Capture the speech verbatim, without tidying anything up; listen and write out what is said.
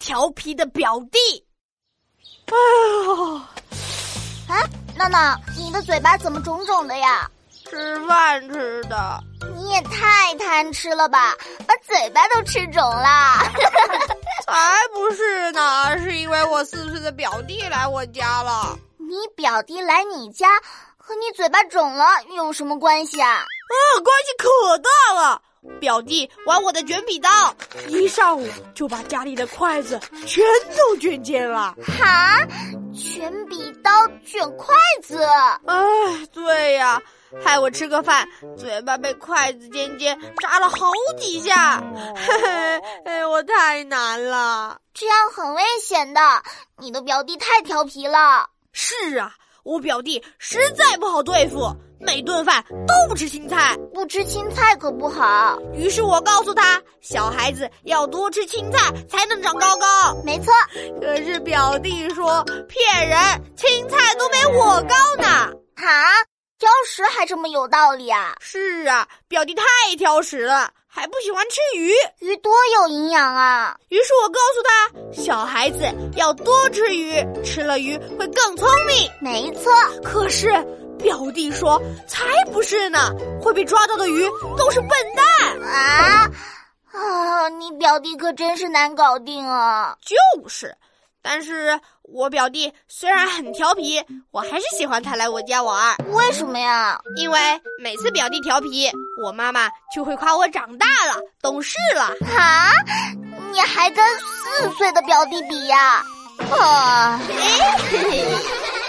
调皮的表弟。哎呦， 啊，闹闹，你的嘴巴怎么肿肿的呀？ 吃饭吃的。 你也太贪吃了吧，把嘴巴都吃肿了。 才不是呢，是因为我四岁的表弟来我家了。 你表弟来你家和你嘴巴肿了有什么关系啊？ 啊，关系可大了。表弟玩我的卷笔刀，一上午就把家里的筷子全都卷尖了。 哈，卷笔刀卷筷子？ 哎，对呀，害我吃个饭，嘴巴被筷子尖尖扎了好几下。嘿嘿，哎，我太难了。 这样很危险的，你的表弟太调皮了。 是啊，我表弟实在不好对付，每顿饭都不吃青菜。 不吃青菜可不好。 于是我告诉他，小孩子要多吃青菜才能长高高。 没错。 可是表弟说骗人，青菜都没我高呢。 哈，挑食还这么有道理啊？ 是啊，表弟太挑食了，还不喜欢吃鱼。 鱼多有营养啊。 于是我告诉他，小孩子要多吃鱼，吃了鱼会更聪明。 没错。 可是表弟说才不是呢，会被抓到的鱼都是笨蛋。 啊啊！你表弟可真是难搞定啊。 就是但是我表弟虽然很调皮，我还是喜欢他来我家玩。 为什么呀？ 因为每次表弟调皮，我妈妈就会夸我长大了，懂事了。 哈，你还跟四岁的表弟比呀？啊！ 哎嘿嘿